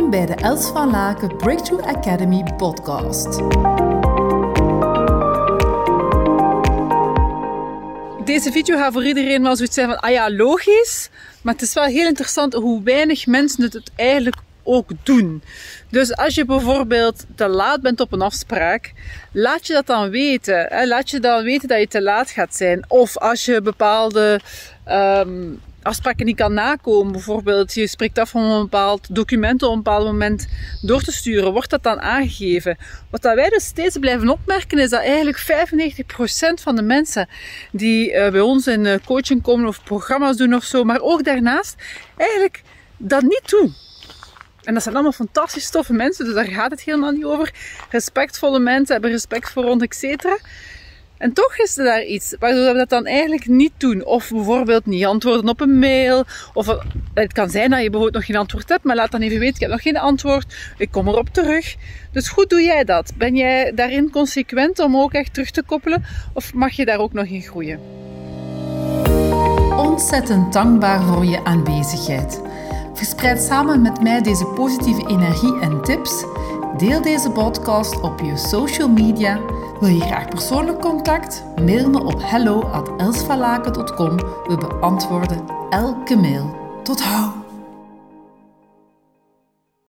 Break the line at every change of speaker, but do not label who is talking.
Welkom bij de Els van Laken Breakthrough Academy podcast.
Deze video gaat voor iedereen wel zoiets zijn van, logisch. Maar het is wel heel interessant hoe weinig mensen het eigenlijk ook doen. Dus als je bijvoorbeeld te laat bent op een afspraak, laat je dat dan weten. Hè? Laat je dan weten dat je te laat gaat zijn. Of als je bepaalde afspraken niet kan nakomen, bijvoorbeeld je spreekt af om een bepaald document op een bepaald moment door te sturen, wordt dat dan aangegeven. Wat dat wij dus steeds blijven opmerken is dat eigenlijk 95% van de mensen die bij ons in coaching komen of programma's doen of zo, maar ook daarnaast eigenlijk dat niet doen. En dat zijn allemaal fantastisch toffe mensen, dus daar gaat het helemaal niet over. Respectvolle mensen, hebben respect voor ons, etc. En toch is er daar iets waardoor we dat dan eigenlijk niet doen. Of bijvoorbeeld niet antwoorden op een mail. Of het kan zijn dat je bijvoorbeeld nog geen antwoord hebt, maar laat dan even weten, ik heb nog geen antwoord. Ik kom erop terug. Dus hoe doe jij dat? Ben jij daarin consequent om ook echt terug te koppelen? Of mag je daar ook nog in groeien?
Ontzettend dankbaar voor je aanwezigheid. Verspreid samen met mij deze positieve energie en tips. Deel deze podcast op je social media. Wil je graag persoonlijk contact? Mail me op hello@elsvanlaken.com. We beantwoorden elke mail. Tot hou!